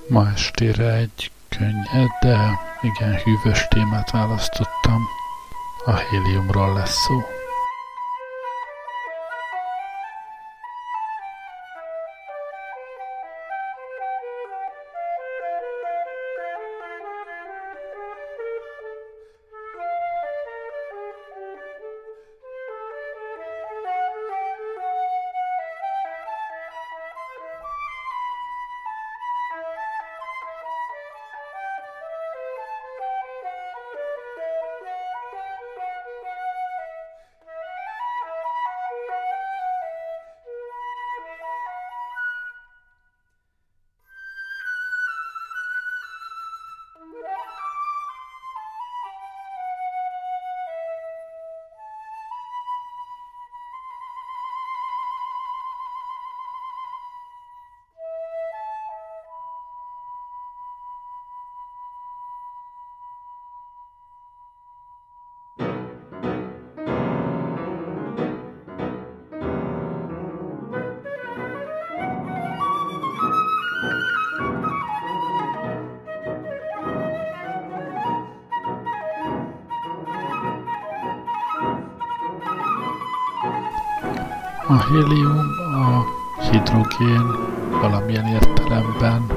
Ma estére egy könnyed, de igen hűvös témát választottam. A héliumról lesz szó. A hélium a hidrogén valamilyen értelemben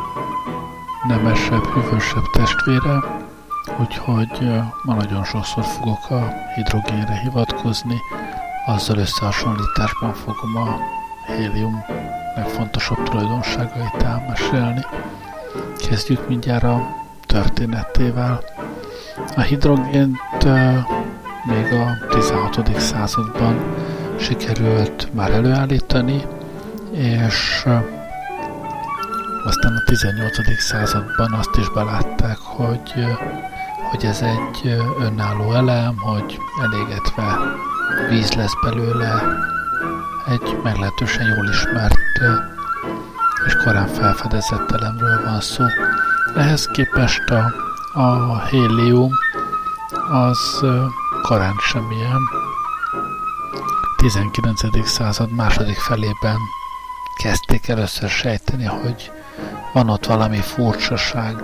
nemesebb, hűvösebb testvére, úgyhogy ma nagyon sokszor fogok a hidrogénre hivatkozni, azzal összehasonlításban fogom a hélium legfontosabb tulajdonságait elmesélni. Kezdjük mindjárt a történetével. A hidrogént még a 16. században sikerült már előállítani, és aztán a 18. században azt is belátták, hogy ez egy önálló elem, hogy elégetve víz lesz belőle, egy meglehetősen jól ismert és korán felfedezett elemről van szó. Ehhez képest a hélium az korán semmilyen. 19. század második felében kezdték először sejteni, hogy van ott valami furcsaság,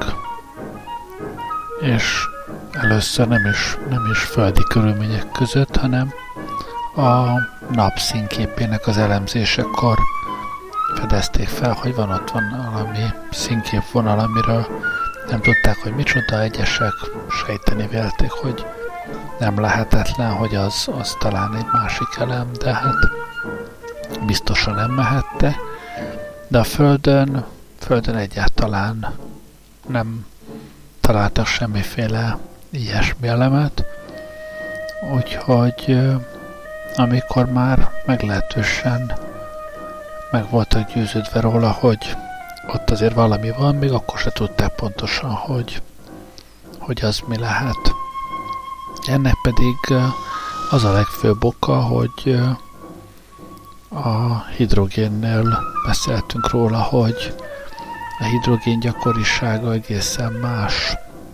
és először nem is földi körülmények között, hanem a nap színképének az elemzésekor fedezték fel, hogy van ott valami színképvonal, amiről nem tudták, hogy micsoda, egyesek sejteni vélték, hogy nem lehetetlen, hogy az talán egy másik elem, de hát biztosan nem mehette. De a Földön egyáltalán nem találtak semmiféle ilyesmi elemet, úgyhogy amikor már meglehetősen meg voltak győződve róla, hogy ott azért valami van, még akkor se tudták pontosan, hogy az mi lehet. Ennek pedig az a legfőbb oka, hogy a hidrogénnél beszéltünk róla, hogy a hidrogén gyakorisága egészen más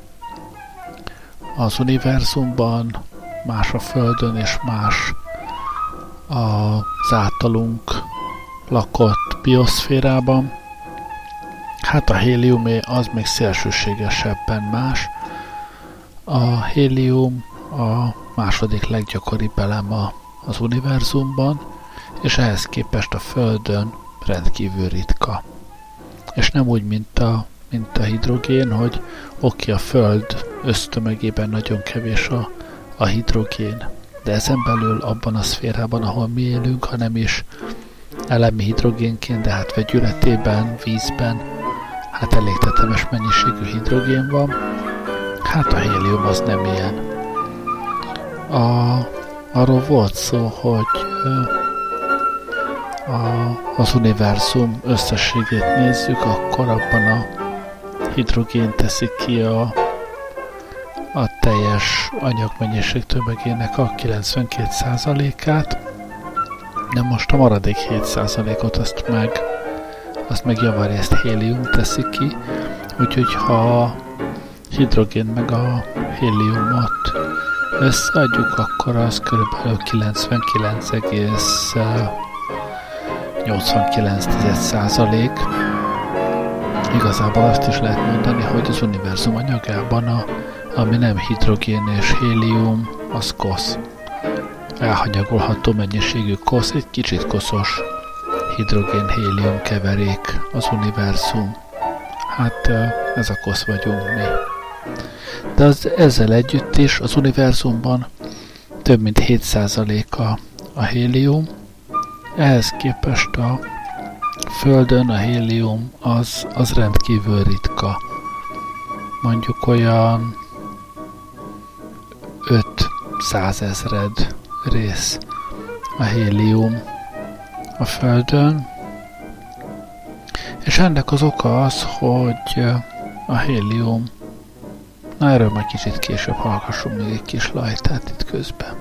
az univerzumban, más a Földön, és más az általunk lakott bioszférában. Hát a héliumé az még szélsőségesebben más. A hélium a második leggyakoribb elem az univerzumban, és ehhez képest a Földön rendkívül ritka. És nem úgy, mint a hidrogén, hogy oké, a Föld össztömegében nagyon kevés a hidrogén, de ezen belül abban a szférában, ahol mi élünk, hanem is elemi hidrogénként, de hát vegyületében, vízben, hát elég tetemes mennyiségű hidrogén van. Hát a hélium az nem ilyen. Arról volt szó, hogy az univerzum összességét nézzük, akkor abban a hidrogén teszi ki a teljes anyagmennyiség tömegének a 92%-át, de most a maradék 7%-ot azt meg javarészt hélium teszi ki, úgyhogy ha a hidrogén meg a héliumot összeadjuk, akkor az körülbelül 99,89%, Igazából azt is lehet mondani, hogy az univerzum anyagában, ami nem hidrogén és hélium, az kosz. Elhanyagolható mennyiségű kosz, egy kicsit koszos hidrogén-hélium keverék az univerzum. Hát ez a kosz vagyunk mi. De ezzel együtt is az univerzumban több mint 7% a hélium. Ehhez képest a Földön a hélium az rendkívül ritka. Mondjuk olyan 500 ezred rész a hélium a Földön, és ennek az oka az, hogy a hélium, na erről majd kicsit később hallgassunk még egy kis lajtát itt közben.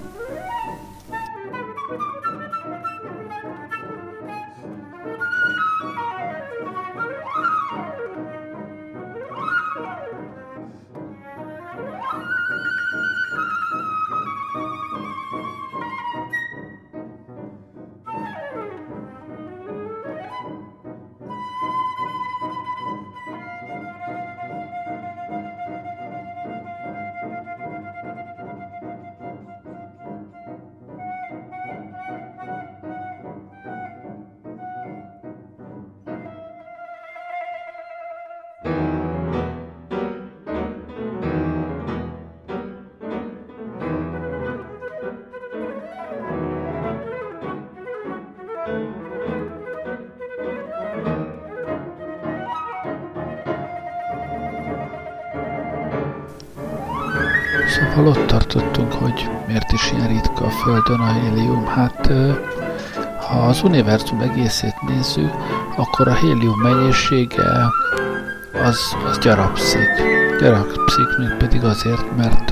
Szóval ott tartottunk, hogy miért is ilyen ritka a Földön a hélium. Hát ha az univerzum egészét nézzük, akkor a hélium mennyisége az gyarapszik. Gyarapszik még pedig azért, mert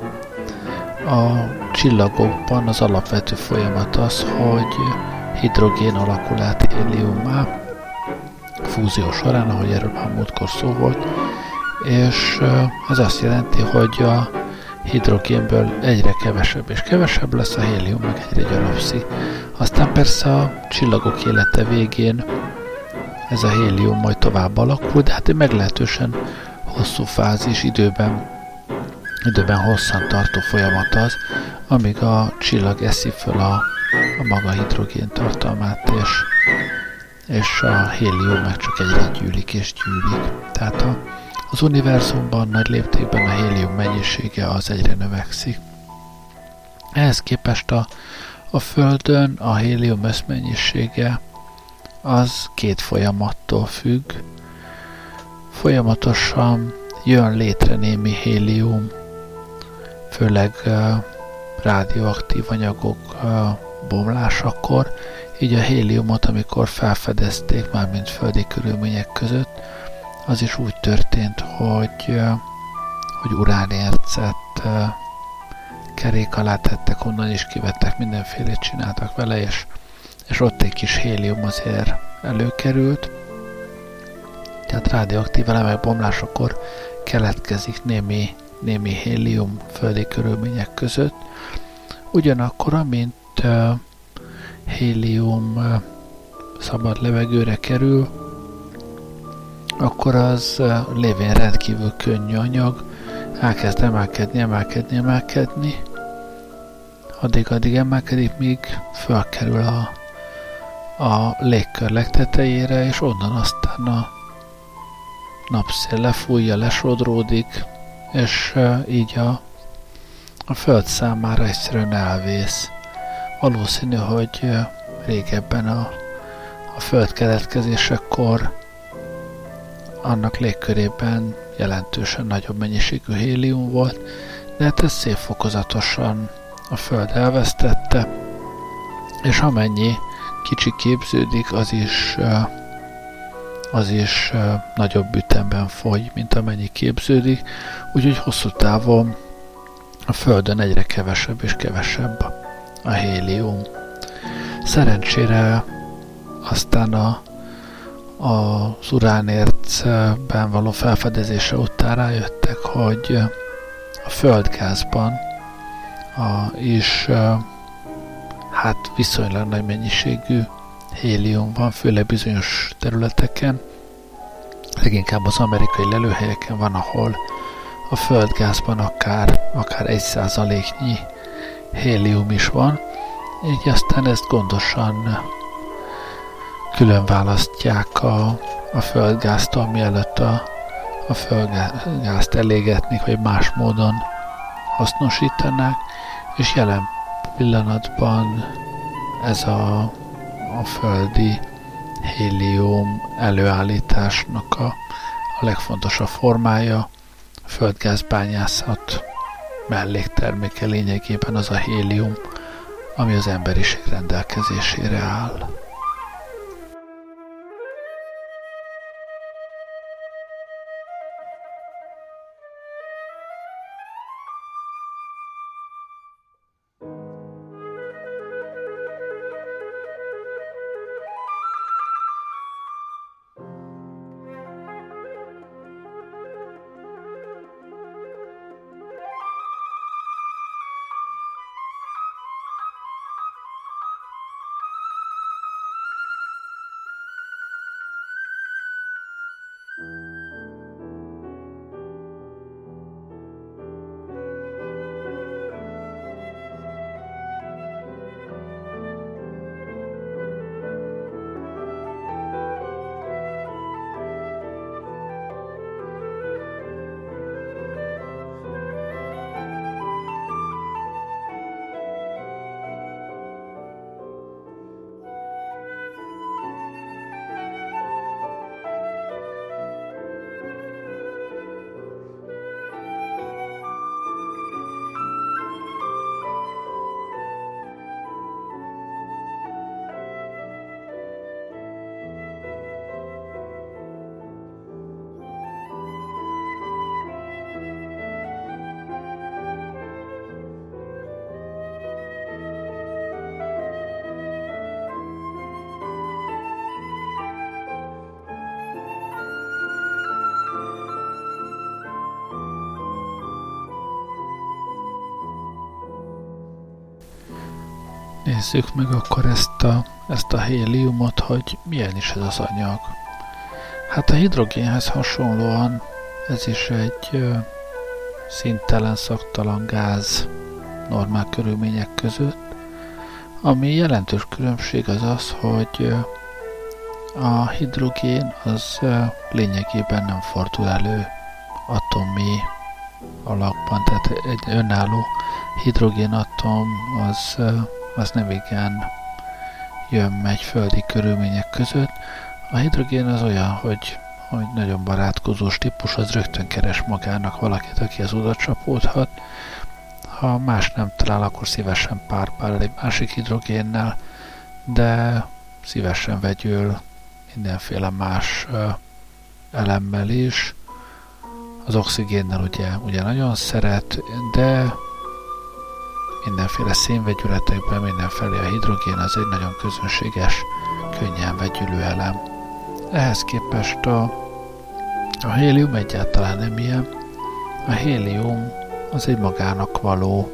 a csillagokban az alapvető folyamat az, hogy hidrogén alakul át héliummá fúzió során, ahogy erről már múltkor szó volt, és ez azt jelenti, hogy a hidrogénből egyre kevesebb és kevesebb lesz, a hélium meg egyre gyarapszik. Aztán persze a csillagok élete végén ez a hélium majd tovább alakul, de hát egy meglehetősen hosszú fázis, időben hosszan tartó folyamat az, amíg a csillag eszi föl a maga hidrogén tartalmát, és a hélium meg csak egyre gyűlik és gyűlik. Tehát az univerzumban nagy léptékben a hélium mennyisége az egyre növekszik. Ehhez képest a Földön a hélium összmennyisége az két folyamattól függ. Folyamatosan jön létre némi hélium, főleg rádióaktív anyagok bomlásakor, így a héliumot, amikor felfedezték már mint földi körülmények között, az is úgy történt, hogy uránércet kerék alá tettek, onnan is kivettek, mindenfélét csináltak vele, és ott egy kis hélium azért előkerült. Tehát rádióaktív elemek bomlásakor keletkezik némi hélium földi körülmények között. Ugyanakkor, amint hélium szabad levegőre kerül, akkor az lévén rendkívül könnyű anyag, elkezd emelkedni, addig emelkedik, míg felkerül a légkör legtetejére, és onnan aztán a napszél lefújja, lesodródik, és így a Föld számára egyszerűen elvész. Valószínű, hogy régebben a Föld keletkezésekor annak légkörében jelentősen nagyobb mennyiségű hélium volt, de hát ez szép fokozatosan a Föld elvesztette, és amennyi kicsi képződik, az is nagyobb ütemben fogy, mint amennyi képződik, úgyhogy hosszú távon a Földön egyre kevesebb és kevesebb a hélium. Szerencsére aztán az uránércben való felfedezése után rájöttek, hogy a földgázban is hát viszonylag nagy mennyiségű hélium van, főleg bizonyos területeken. leginkább az amerikai lelőhelyeken van, ahol a földgázban akár 1%-nyi hélium is van, így aztán ezt gondosan külön választják a földgáztól, mielőtt a földgázt elégetnék, vagy más módon hasznosítanák, és jelen pillanatban ez a földi hélium előállításnak a legfontosabb formája, a földgázbányászat mellékterméke lényegében az a hélium, ami az emberiség rendelkezésére áll. Nézzük meg akkor ezt a héliumot, hogy milyen is ez az anyag. Hát a hidrogénhez hasonlóan ez is egy színtelen, szaktalan gáz normál körülmények között. Ami jelentős különbség az az, hogy a hidrogén az lényegében nem fordul elő atomi alakban, tehát egy önálló hidrogénatom az nem igen jön-megy földi körülmények között. A hidrogén az olyan, hogy nagyon barátkozós típus, az rögtön keres magának valakit, aki az oda csapódhat. Ha más nem talál, akkor szívesen párpál egy másik hidrogénnel, de szívesen vegyül mindenféle más elemmel is. Az oxigénnel ugye nagyon szeret, de mindenféle szénvegyületekben mindenfelé a hidrogén az egy nagyon közönséges, könnyen vegyülő elem. Ehhez képest a hélium egyáltalán nem ilyen. A hélium az egy magának való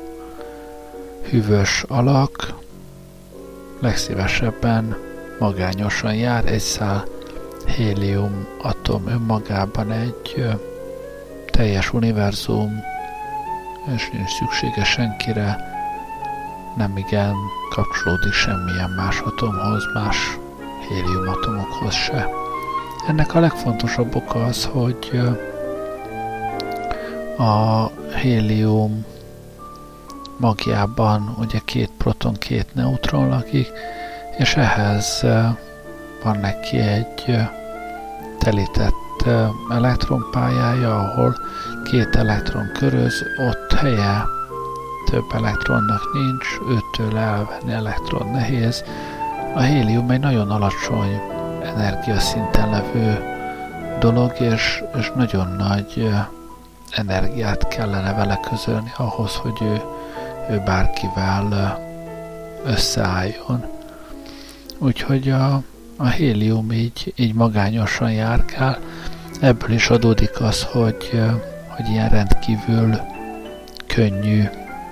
hűvös alak, legszívesebben magányosan jár, egy szál hélium atom önmagában egy teljes univerzum, és nincs szüksége senkire, nem igen kapcsolódik semmilyen más atomhoz, más héliumatomokhoz se. Ennek a legfontosabb oka az, hogy a hélium magjában ugye 2 proton, 2 neutron lakik, és ehhez van neki egy telített elektronpályája, ahol 2 elektron köröz, ott helye több elektronnak nincs, őtől elvenni elektron nehéz. A hélium egy nagyon alacsony energiaszinten levő dolog, és nagyon nagy energiát kellene vele közölni ahhoz, hogy ő bárkivel összeálljon. Úgyhogy a hélium így magányosan járkál. Ebből is adódik az, hogy ilyen rendkívül könnyű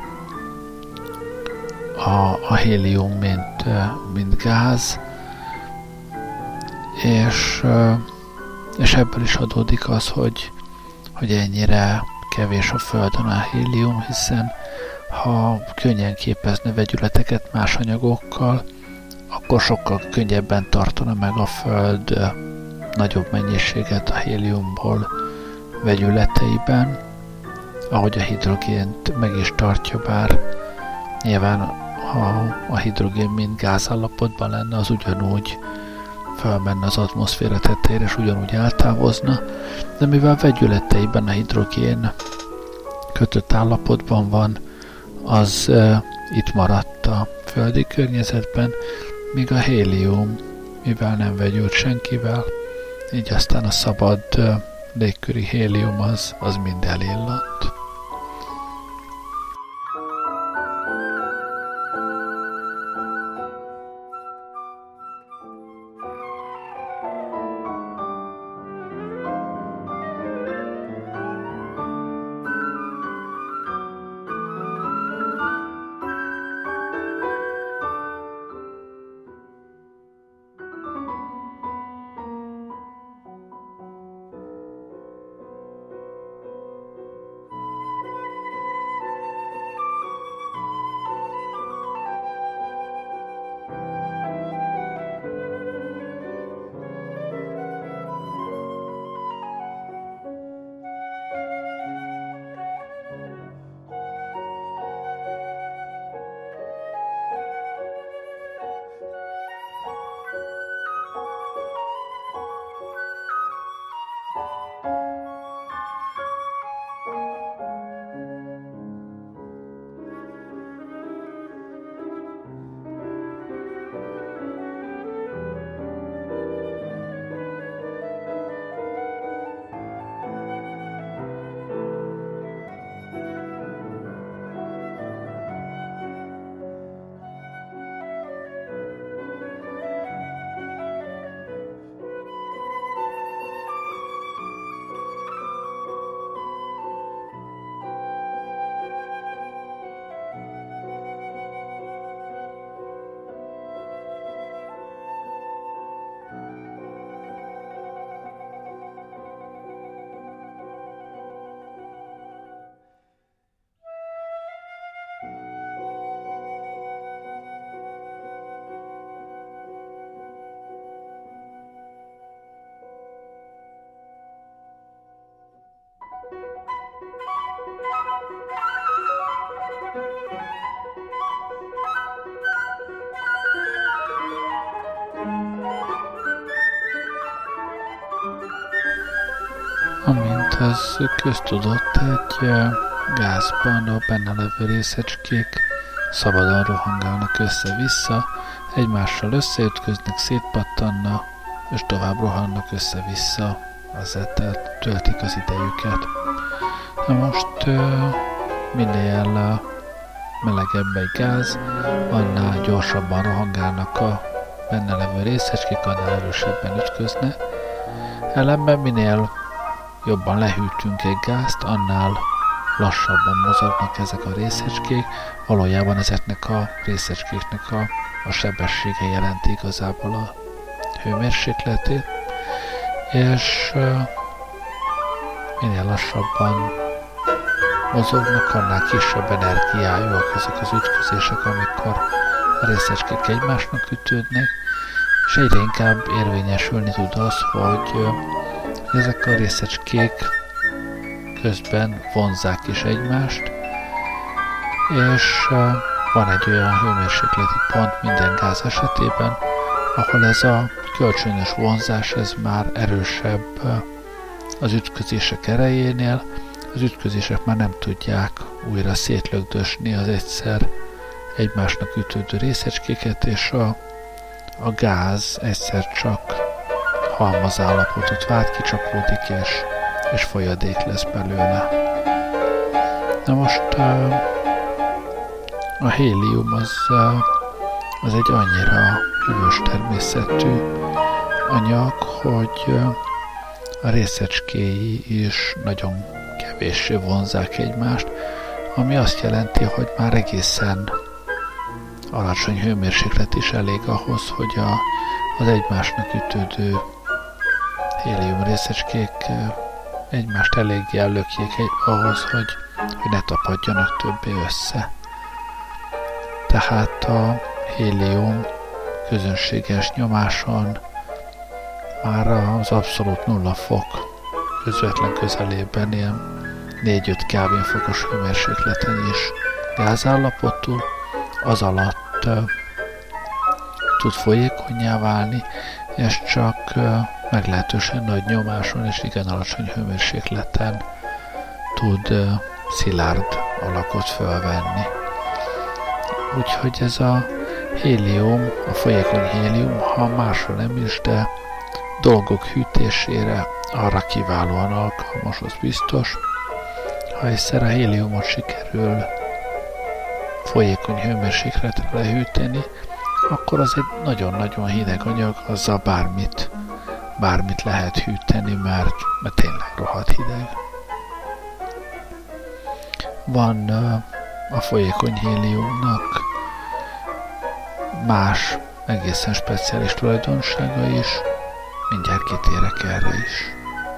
a hélium, mint gáz, És ebből is adódik az, hogy ennyire kevés a Földön a hélium, hiszen ha könnyen képezne vegyületeket más anyagokkal, akkor sokkal könnyebben tartana meg a Föld nagyobb mennyiséget a héliumból vegyületeiben, ahogy a hidrogént meg is tartja, bár nyilván ha a hidrogén mind gázállapotban lenne, az ugyanúgy felmenne az atmoszféra tetejére, és ugyanúgy eltávozna, de mivel vegyületeiben a hidrogén kötött állapotban van, az itt maradt a földi környezetben, míg a hélium, mivel nem vegyült senkivel, így aztán a szabad légköri hélium az mind elillant. Amint ez köztudott, egy gázban a benne levő részecskék szabadon rohangálnak össze-vissza, egymással összeütköznek, szétpattannak, és tovább rohannak össze-vissza, ezzel töltik az idejüket. Na most minél melegebb egy gáz, annál gyorsabban rohangálnak a benne levő részecskék, annál erősebben ütköznek. Ellenben minél jobban lehűtünk egy gázt, annál lassabban mozognak ezek a részecskék. Valójában ezeknek a részecskéknek a sebessége jelenti igazából a hőmérsékletét, és minél lassabban mozognak, annál kisebb energiájúak ezek az ütközések, amikor a részecskék egymásnak ütődnek, és egyre inkább érvényesülni tud az, hogy ezek a részecskék közben vonzzák is egymást, és van egy olyan hőmérsékleti pont minden gáz esetében, ahol ez a kölcsönös vonzás ez már erősebb az ütközések erejénél, az ütközések már nem tudják újra szétlögdösni az egyszer egymásnak ütődő részecskéket, és a gáz egyszer csak halmazállapotot vált, kicsapódik, és folyadék lesz belőle. Na most a hélium az egy annyira hűvös természetű anyag, hogy a részecskéi is nagyon kevéssé vonzzák egymást, ami azt jelenti, hogy már egészen alacsony hőmérséklet is elég ahhoz, hogy az egymásnak ütődő hélium részecskék egymást eléggé ellökjék ahhoz, hogy ne tapadjanak többé össze. Tehát a hélium közönséges nyomáson már az abszolút 0 fok közvetlen közelében ilyen 4-5 Kelvin fokos hőmérsékleten is gázállapotú, az alatt tud folyékonnyá válni, és csak meglehetősen nagy nyomáson és igen alacsony hőmérsékleten tud szilárd alakot fölvenni. Úgyhogy ez a hélium, a folyékony hélium, ha másra nem is, de dolgok hűtésére arra kiválóan alkalmas, az biztos. Ha egyszer a héliumot sikerül folyékony hőmérsékletre lehűteni, akkor az egy nagyon-nagyon hideg anyag, azzal bármit lehet hűteni, mert tényleg rohadt hideg. Van a folyékony héliumnak más egészen speciális tulajdonsága is, mindjárt kitérek erre is.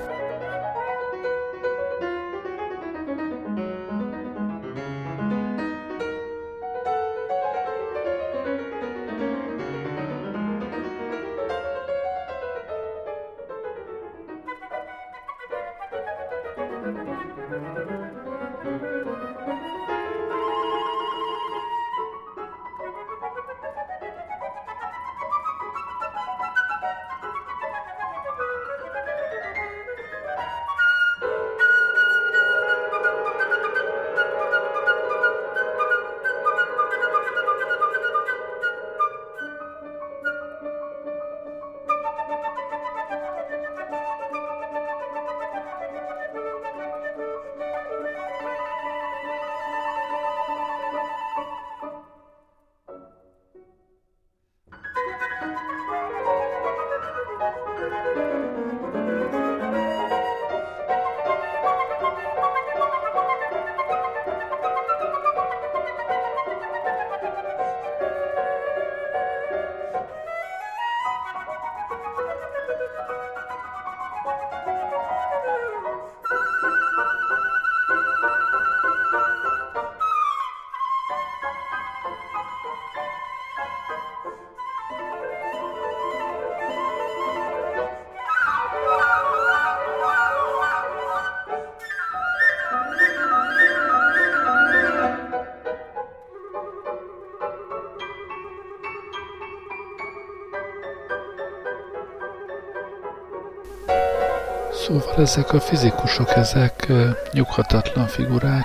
Szóval ezek a fizikusok, ezek nyughatatlan figurák,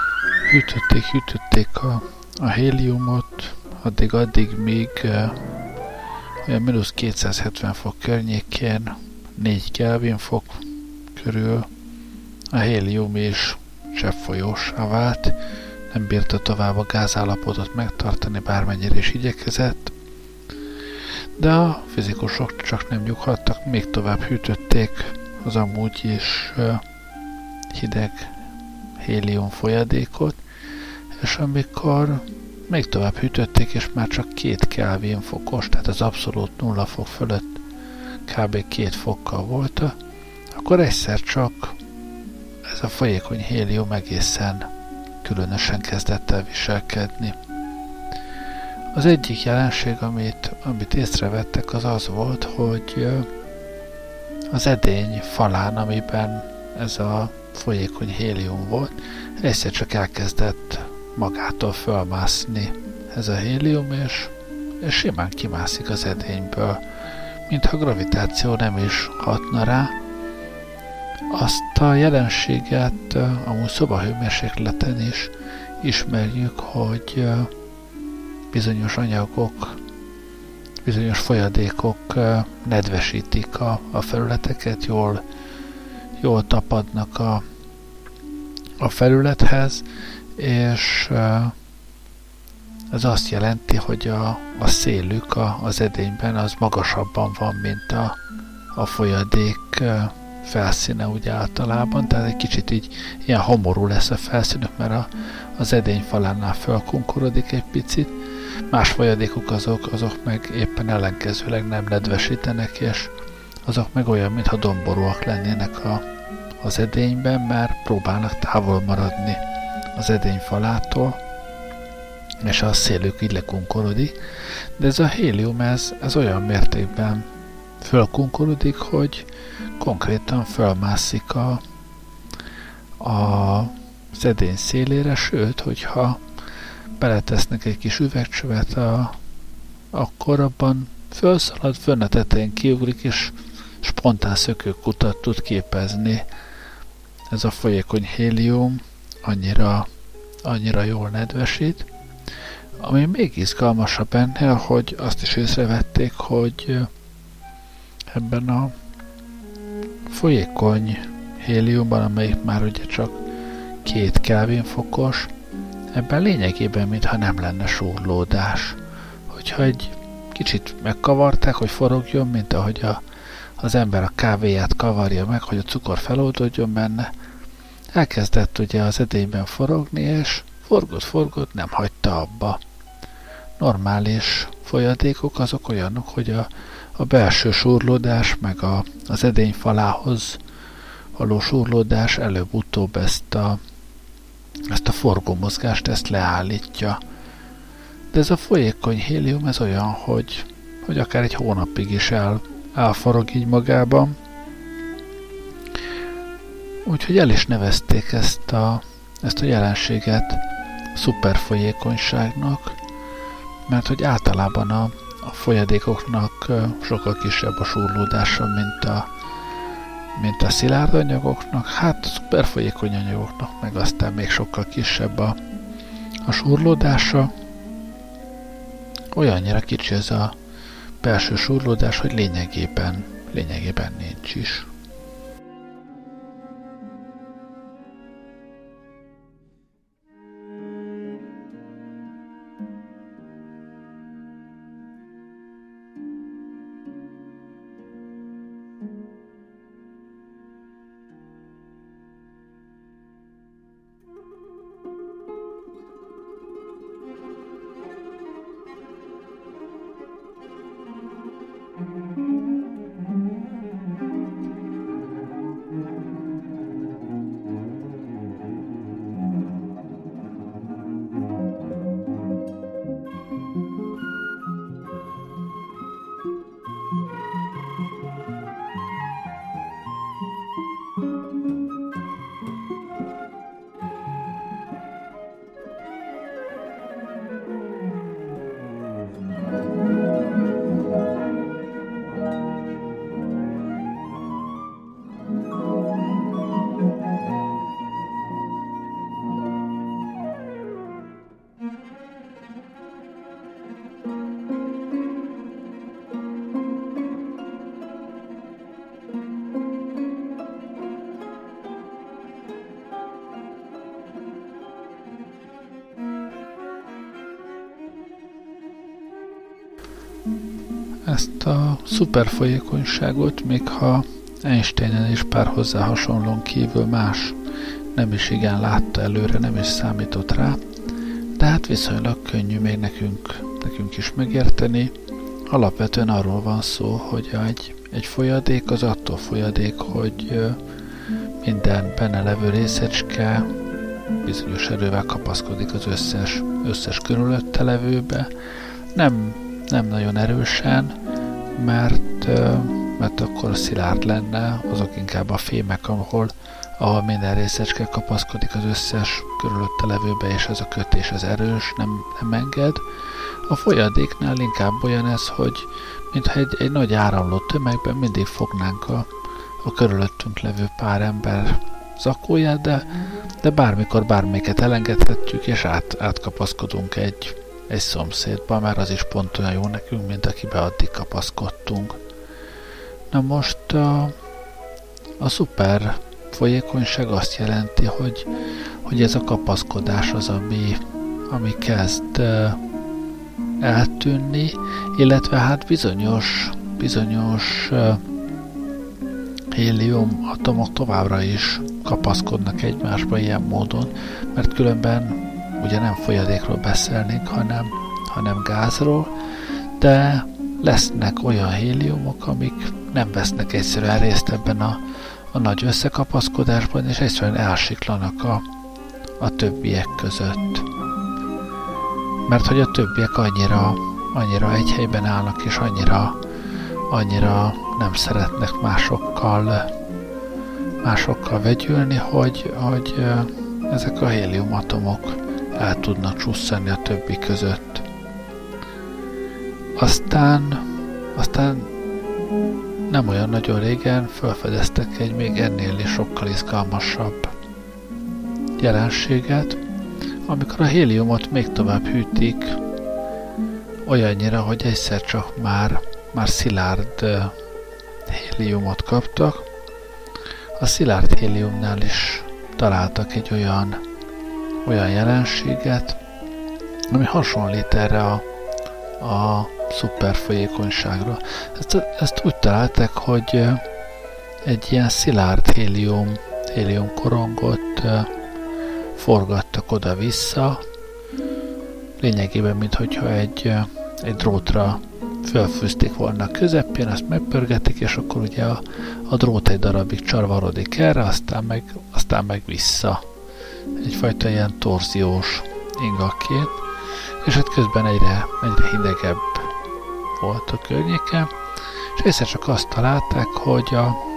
hűtötték a héliumot addig, míg olyan -270 fok környékén, 4 Kelvin fok körül a hélium is cseppfolyósá vált, nem bírta tovább a gázállapotot megtartani, bármennyire is igyekezett, de a fizikusok csak nem nyughattak, még tovább hűtötték az amúgy is hideg hélium folyadékot, és amikor még tovább hűtötték, és már csak 2 Kelvin fokos, tehát az abszolút 0 fok fölött kb. 2 fokkal volt, akkor egyszer csak ez a folyékony hélium egészen különösen kezdett el viselkedni. Az egyik jelenség, amit észrevettek, az volt, hogy az edény falán, amiben ez a folyékony hélium volt, egyszer csak elkezdett magától fölmászni ez a hélium, és simán kimászik az edényből, mintha gravitáció nem is hatna rá. Azt a jelenséget amúgy szobahőmérsékleten is ismerjük, hogy bizonyos anyagok, bizonyos folyadékok nedvesítik a felületeket, jól tapadnak a felülethez, és ez azt jelenti, hogy a szélük az edényben az magasabban van, mint a folyadék felszíne úgy általában, tehát egy kicsit így ilyen homorú lesz a felszínük, mert az edény falánál fölkunkorodik egy picit. Más folyadékok azok meg éppen ellenkezőleg nem nedvesítenek, és azok meg olyan, mintha domborúak lennének az edényben, mert próbálnak távol maradni az edény falától, és a szélük így lekunkorodik. De ez a hélium, ez olyan mértékben fölkunkorodik, hogy konkrétan fölmászik az edény szélére, sőt, hogyha beletesznek egy kis üvegcsövet, akkor abban fölszalad, fönn a tetején kiugrik, és spontán szökőkutat tud képezni. Ez a folyékony hélium annyira jól nedvesít. Ami még izgalmasabb ennél, hogy azt is észrevették, hogy ebben a folyékony héliumban, amelyik már ugye csak 2 Kelvin fokos, ebben lényegében mintha nem lenne súrlódás. Hogyha egy kicsit megkavarták, hogy forogjon, mint ahogy az ember a kávéját kavarja meg, hogy a cukor feloldódjon benne, elkezdett ugye az edényben forogni, és forgott, nem hagyta abba. Normális folyadékok azok olyanok, hogy a belső súrlódás, meg az edény falához való súrlódás előbb-utóbb ezt a forgómozgást ezt leállítja. De ez a folyékony hélium, ez olyan, hogy akár egy hónapig is elforog így magában. Úgyhogy el is nevezték ezt a jelenséget szuperfolyékonyságnak, mert hogy általában a folyadékoknak sokkal kisebb a súrlódása, mint a szilárd anyagoknak, hát a szuperfolyékony anyagoknak meg aztán még sokkal kisebb a súrlódása. Olyannyira kicsi ez a belső súrlódás, hogy lényegében nincs is. Ezt a szuperfolyékonyságot, még ha Einsteinen is pár hozzá hasonlón kívül más nem is igen látta előre, nem is számított rá, de hát viszonylag könnyű még nekünk is megérteni. Alapvetően arról van szó, hogy egy folyadék az attól folyadék, hogy minden benne levő részecske bizonyos erővel kapaszkodik az összes körülötte levőbe. Nem nagyon erősen, mert akkor szilárd lenne, azok inkább a fémek, ahol minden részecske kapaszkodik az összes körülötte levőbe, és ez a kötés az erős, nem enged. A folyadéknál inkább olyan ez, hogy mintha egy nagy áramló tömegben mindig fognánk a körülöttünk levő pár ember zakóját, de bármikor bármelyiket elengedhetjük, és átkapaszkodunk egy szomszédba, mert az is pont olyan jó nekünk, mint akibe addig kapaszkodtunk. Na most a szuper folyékonyság azt jelenti, hogy ez a kapaszkodás az, ami kezd eltűnni, illetve hát bizonyos hélium atomok továbbra is kapaszkodnak egymásba ilyen módon, mert különben ugye nem folyadékról beszélnénk, hanem gázról, de lesznek olyan héliumok, amik nem vesznek egyszerűen részt ebben a nagy összekapaszkodásban, és egyszerűen elsiklanak a többiek között. Mert hogy a többiek annyira egy helyben állnak, és annyira nem szeretnek másokkal vegyülni, hogy ezek a héliumatomok el tudnak csusszani a többi között. Aztán nem olyan nagyon régen felfedeztek egy még ennél is sokkal izgalmasabb jelenséget, amikor a héliumot még tovább hűtik olyannyira, hogy egyszer csak már szilárd héliumot kaptak. A szilárd héliumnál is találtak egy olyan jelenséget, ami hasonlít erre a szuperfolyékonyságra. Ezt úgy találták, hogy egy ilyen szilárd hélium korongot forgattak oda-vissza, lényegében, minthogyha egy drótra felfűzték volna a közepén, azt megpörgetik, és akkor ugye a drót egy darabig csarvarodik erre, aztán meg vissza. Egyfajta ilyen torziós ingaként, és hát közben egyre hidegebb volt a környéke, és egyszer csak azt találták, hogy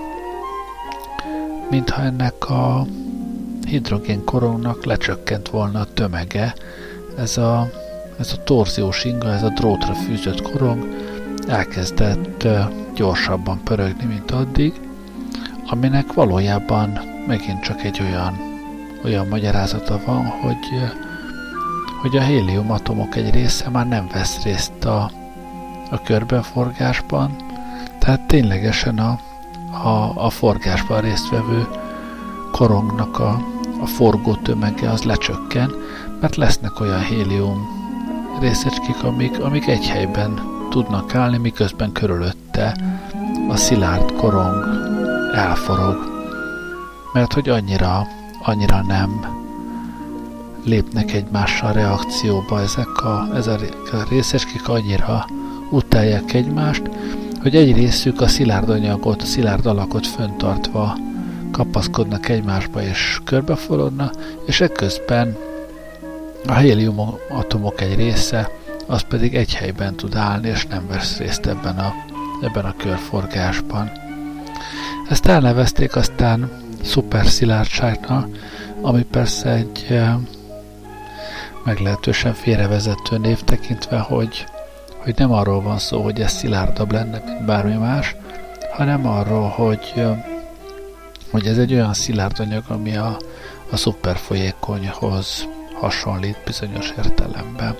mintha ennek a hidrogénkorongnak lecsökkent volna a tömege, ez a torziós inga, ez a drótra fűzött korong elkezdett gyorsabban pörögni, mint addig, aminek valójában megint csak egy olyan magyarázata van, hogy a héliumatomok egy része már nem vesz részt a körbeforgásban, tehát ténylegesen a forgásban résztvevő korongnak a forgó tömege az lecsökken, mert lesznek olyan hélium részecskék, amik egy helyben tudnak állni, miközben körülötte a szilárd korong elforog. Mert hogy annyira nem lépnek egymással reakcióba ezek a részecskék, annyira utálják egymást, hogy egy részük a szilárd anyagot, a szilárd alakot föntartva kapaszkodnak egymásba és körbeforogna, és ekközben a hélium atomok egy része, az pedig egy helyben tud állni, és nem vesz részt ebben a körforgásban. Ezt elnevezték aztán szuperszilárdságnak, ami persze egy meglehetősen félrevezető név tekintve, hogy nem arról van szó, hogy ez szilárdabb lenne, mint bármi más, hanem arról, hogy ez egy olyan szilárd anyag, ami a szuperfolyékonyhoz hasonlít bizonyos értelemben.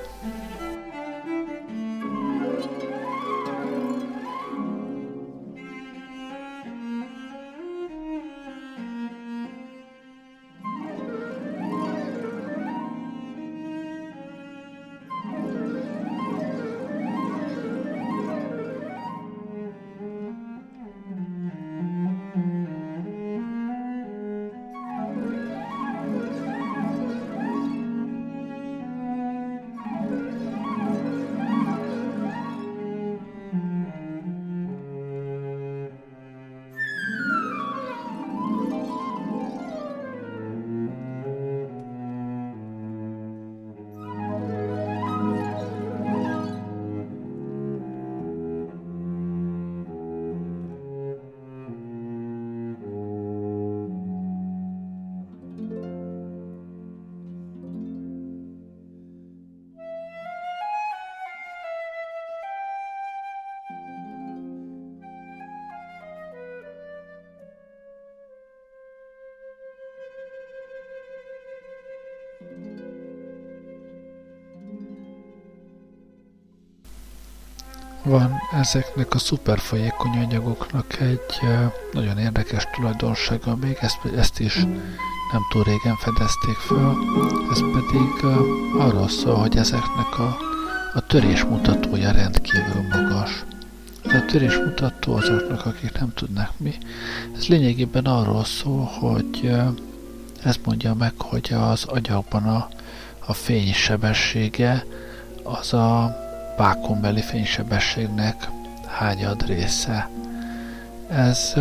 Van ezeknek a szuperfolyékony anyagoknak egy nagyon érdekes tulajdonsága, még ezt is nem túl régen fedezték fel, ez pedig arról szól, hogy ezeknek a törésmutatója rendkívül magas. A törésmutató azoknak, akik nem tudnak mi, ez lényegében arról szól, hogy ez mondja meg, hogy az agyakban a fénysebessége az a vákuumbeli fénysebességnek hányad része. Ez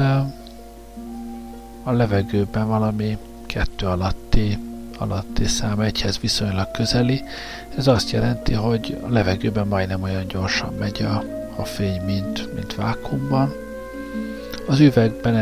a levegőben valami 2 alatti szám, 1-hez viszonylag közeli. Ez azt jelenti, hogy a levegőben majdnem olyan gyorsan megy a fény, mint vákuumban. Az üvegben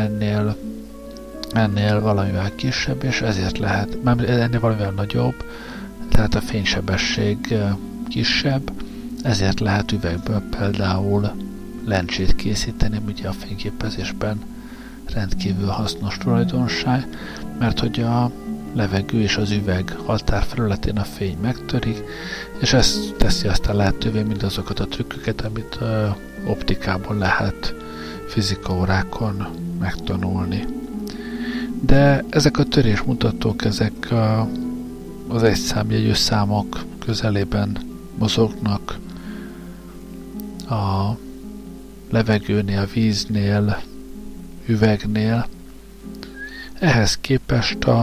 ennél valamivel kisebb, és ezért lehet, ennél valamivel nagyobb, tehát a fénysebesség kisebb, ezért lehet üvegből például lencsét készíteni, ugye a fényképezésben rendkívül hasznos tulajdonság, mert hogy a levegő és az üveg határfelületén a fény megtörik, és ez teszi aztán lehetővé mindazokat a trükköket, amit optikából lehet fizikaórákon megtanulni. De ezek a törésmutatók, ezek az egyszámjegyű számok közelében mozognak a levegőnél, víznél, üvegnél. Ehhez képest a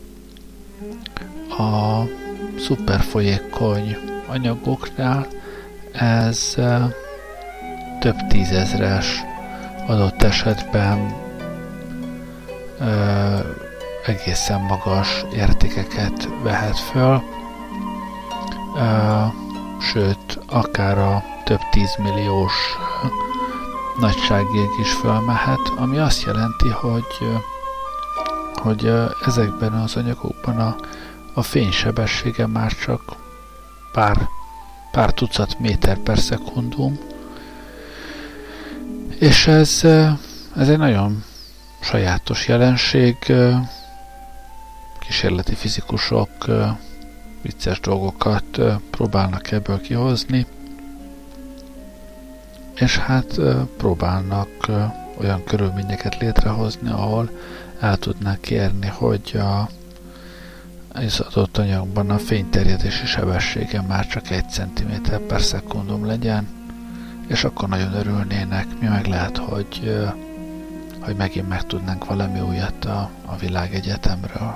szuperfolyékony anyagoknál ez több tízezres, adott esetben egészen magas értékeket vehet föl, sőt, akár a több 10 milliós nagyságig is fölmehet, ami azt jelenti, hogy ezekben az anyagokban a fénysebessége már csak pár tucat méter per szekundum, és ez egy nagyon sajátos jelenség. Kísérleti fizikusok vicces dolgokat próbálnak ebből kihozni, és hát próbálnak olyan körülményeket létrehozni, ahol el tudnák érni, hogy az adott anyagban a fényterjedési sebessége már csak 1 cm per szekundum legyen, és akkor nagyon örülnének. Mi meg lehet, hogy megint megtudnánk valami újat a világegyetemről.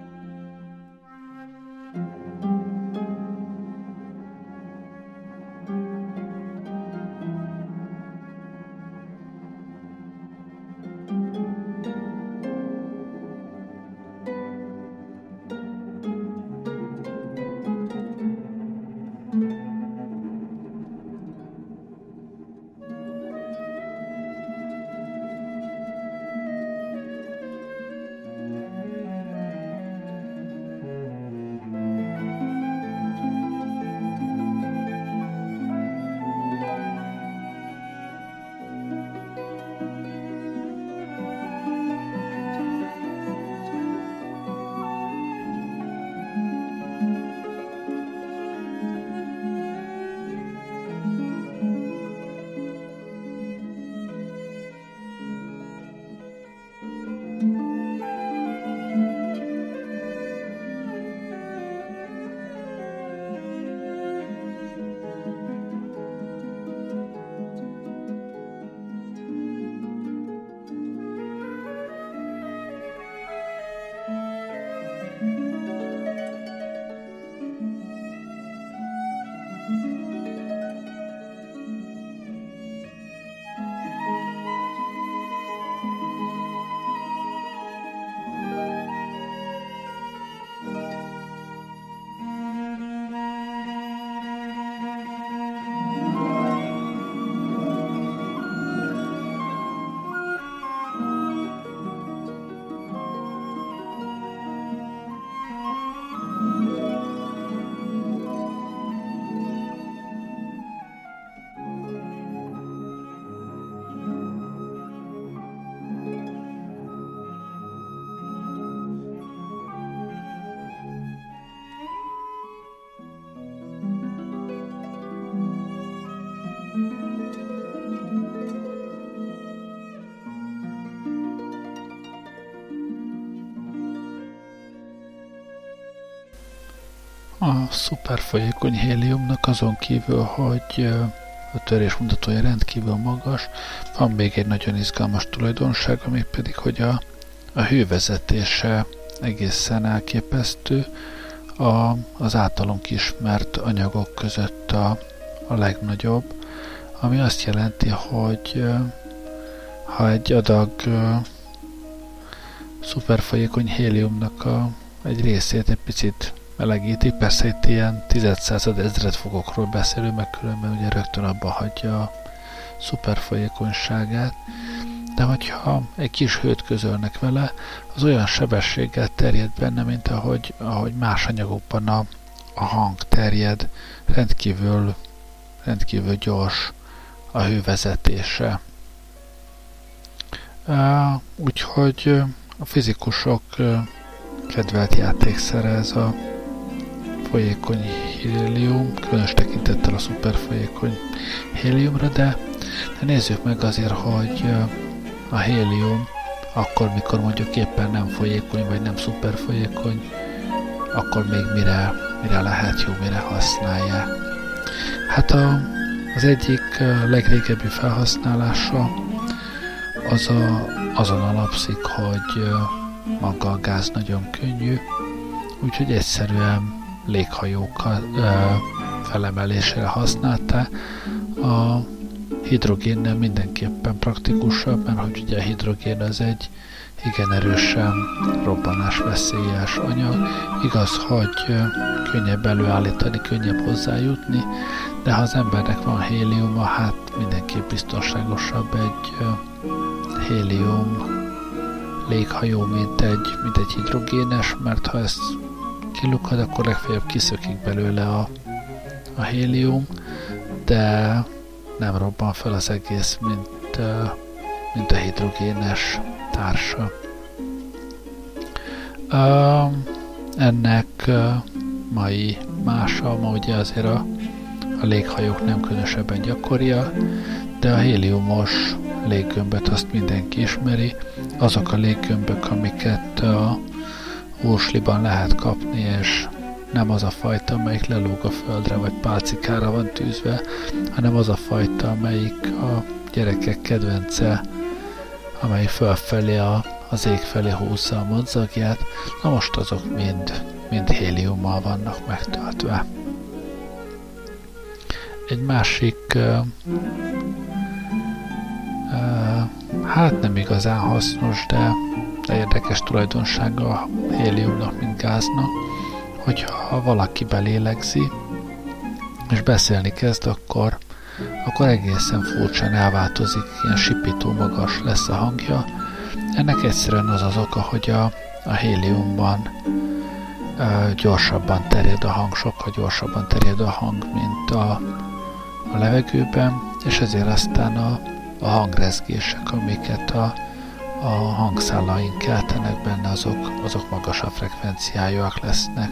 A szuperfolyékony héliumnak azon kívül, hogy a törésmutatója rendkívül magas, van még egy nagyon izgalmas tulajdonság, ami pedig, hogy a hővezetése egészen elképesztő. Az általunk ismert anyagok között a legnagyobb. ami azt jelenti, hogy ha egy adag szuperfolyékony héliumnak egy részét egy picit melegíti, persze itt ilyen 10 fokokról beszélünk, meg különben ugye rögtön abba hagyja a szuperfolyékonyságát, de hogyha egy kis hőt közölnek vele, az olyan sebességgel terjed benne, mint ahogy más anyagokban a hang terjed, rendkívül gyors a hővezetése. Úgyhogy a fizikusok kedvelt játékszere ez a folyékony hélium, különös tekintettel a szuperfolyékony héliumra, de nézzük meg azért, hogy a hélium akkor, mikor mondjuk éppen nem folyékony, vagy nem szuperfolyékony, akkor még mire lehet jó, mire használják. Hát az egyik legrégebbi felhasználása azon alapszik, hogy maga a gáz nagyon könnyű, úgyhogy egyszerűen léghajók felemelésére használta. A hidrogénnel mindenképpen praktikusabb, mert hogy ugye a hidrogén az egy igen erősen robbanásveszélyes anyag. Igaz, hogy könnyebb előállítani, könnyebb hozzájutni, de ha az embernek van héliuma, hát mindenképp biztonságosabb egy hélium léghajó, mint egy hidrogénes, mert ha ez kilukad, akkor legfeljebb kiszökik belőle a hélium, de nem robban fel az egész, mint a hidrogénes társa. Ennek mai mása, ma ugye azért a léghajók nem különösebben gyakoriak, de a héliumos léggömböt azt mindenki ismeri. Azok a léggömbök, amiket a Ursliban lehet kapni, és nem az a fajta, amelyik lelóg a földre, vagy pálcikára van tűzve, hanem az a fajta, amelyik a gyerekek kedvence, amely fölfelé az ég felé húzza a madzagját. Na most azok mind héliummal vannak megtöltve. Egy másik hát nem igazán hasznos, de érdekes tulajdonsága a héliumnak, mint gáznak, hogyha valaki belélegzi, és beszélni kezd, akkor egészen furcsán elváltozik, ilyen sipító magas lesz a hangja. Ennek egyszerűen az oka, hogy a héliumban gyorsabban terjed a hang, sokkal gyorsabban terjed a hang, mint a levegőben, és ezért aztán a hangrezgések, amiket a hangszálaink keltenek benne, azok magasabb frekvenciájúak lesznek.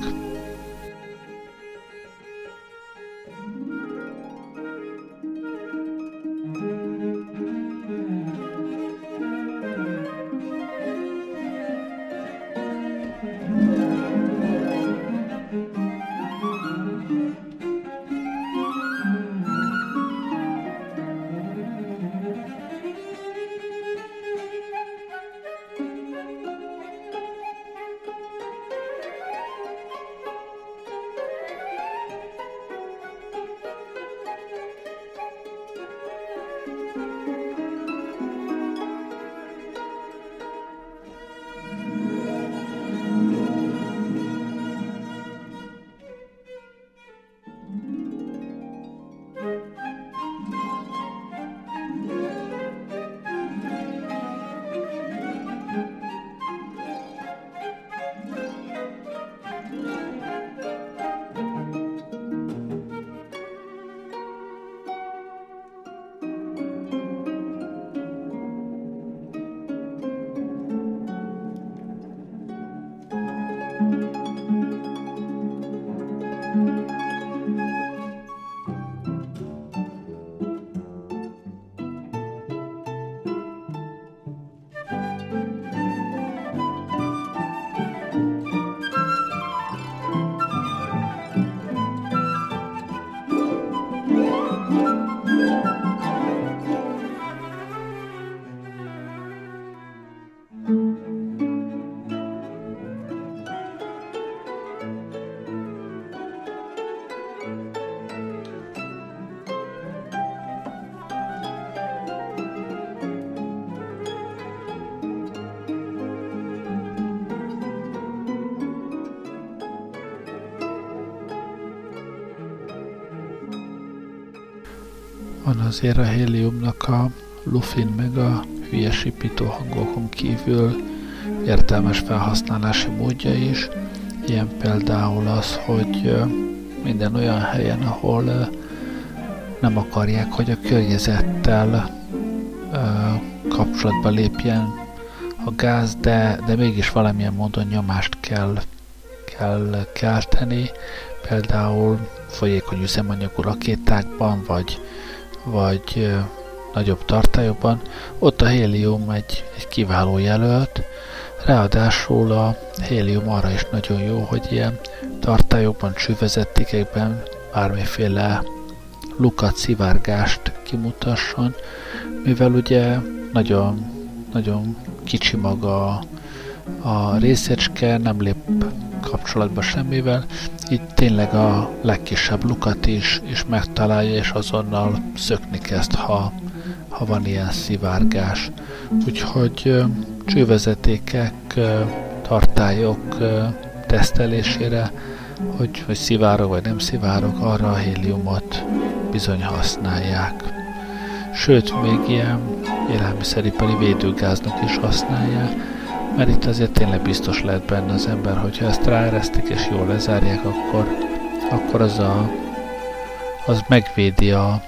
Van azért a héliumnak a lufin meg a hülye sipító hangokon kívül értelmes felhasználási módja is. Ilyen például az, hogy minden olyan helyen, ahol nem akarják, hogy a környezettel kapcsolatba lépjen a gáz, de mégis valamilyen módon nyomást kell kelteni, például folyékony üzemanyagú rakétákban, vagy nagyobb tartályokban. Ott a hélium egy kiváló jelölt, ráadásul a hélium arra is nagyon jó, hogy ilyen tartályokban, csővezetékekben bármiféle lukat, szivárgást kimutasson, mivel ugye nagyon, nagyon kicsi maga a részecske, nem lép kapcsolatba semmivel, így tényleg a legkisebb lukat is megtalálja, és azonnal szökni kezd, ha van ilyen szivárgás. Úgyhogy csővezetékek, tartályok tesztelésére, hogy szivárog vagy nem szivárog, arra a héliumot bizony használják. Sőt, még ilyen élelmiszeripari védőgáznak is használják, mert itt azért tényleg biztos lehet benne az ember, hogyha ezt ráeresztik és jól lezárják, akkor az megvédi a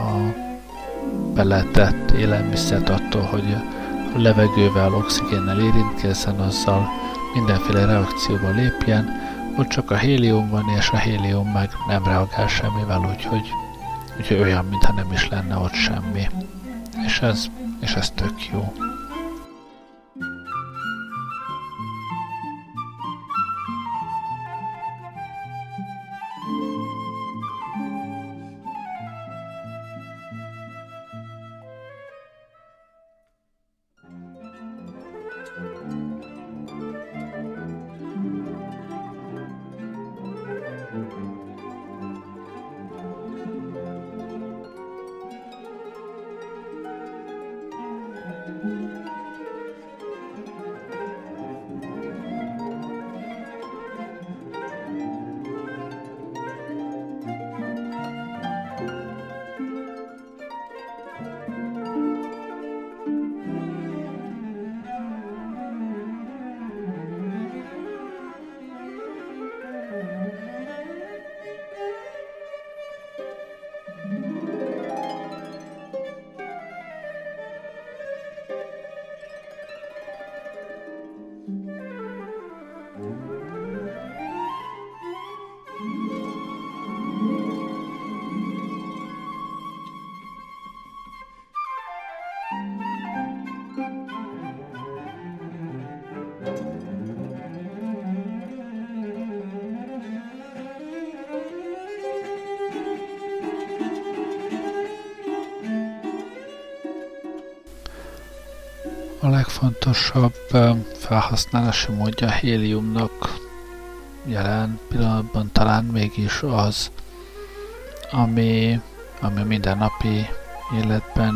beletett élelmiszert attól, hogy a levegővel, oxigénnel érintkezzen, azzal mindenféle reakcióba lépjen. Ott csak a hélium van, és a hélium meg nem reagál semmivel, úgyhogy olyan, mintha nem is lenne ott semmi. És ez tök jó. A legfontosabb felhasználási módja a héliumnak jelen pillanatban talán mégis az, ami mindennapi életben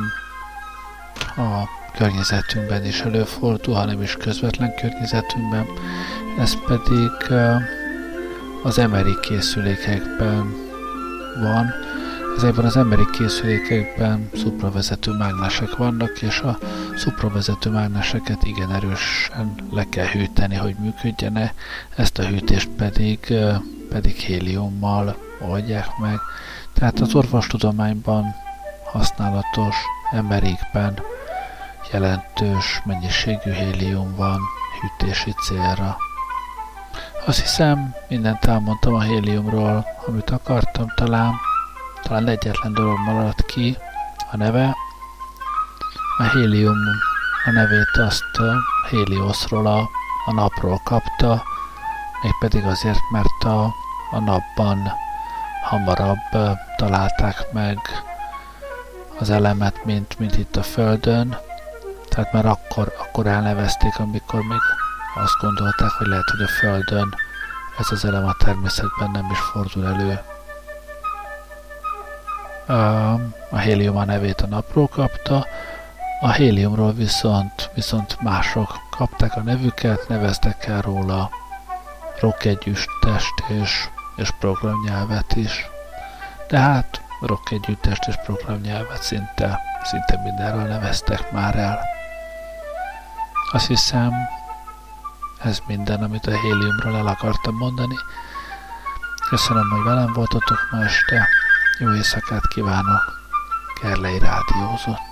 a környezetünkben is előfordul, hanem is közvetlen környezetünkben. Ez pedig az MRI készülékekben van. Ezekben az MRI készülékekben szupravezető mágnesek vannak, és a szupravezető mágneseket igen erősen le kell hűteni, hogy működjene. Ezt a hűtést pedig héliummal oldják meg. Tehát az orvostudományban használatos MRI-kben jelentős mennyiségű hélium van hűtési célra. Azt hiszem, mindent elmondtam a héliumról, amit akartam, talán egyetlen dolog maradt ki, a neve. A hélium a nevét azt Hélioszról, a napról kapta, mégpedig azért, mert a napban hamarabb találták meg az elemet, mint itt a Földön. Tehát már akkor elnevezték, amikor még azt gondolták, hogy lehet, hogy a Földön ez az elem a természetben nem is fordul elő. A hélium a nevét a napról kapta, a héliumról viszont mások kapták a nevüket, neveztek el róla rockegyüstest és programnyelvet is. De hát rock együttest és programnyelvet szinte mindenről neveztek már el. Azt hiszem, ez minden, amit a héliumról el akartam mondani. Köszönöm, hogy velem voltatok ma este. Jó éjszakát kívánok. Gerlei rádiózott.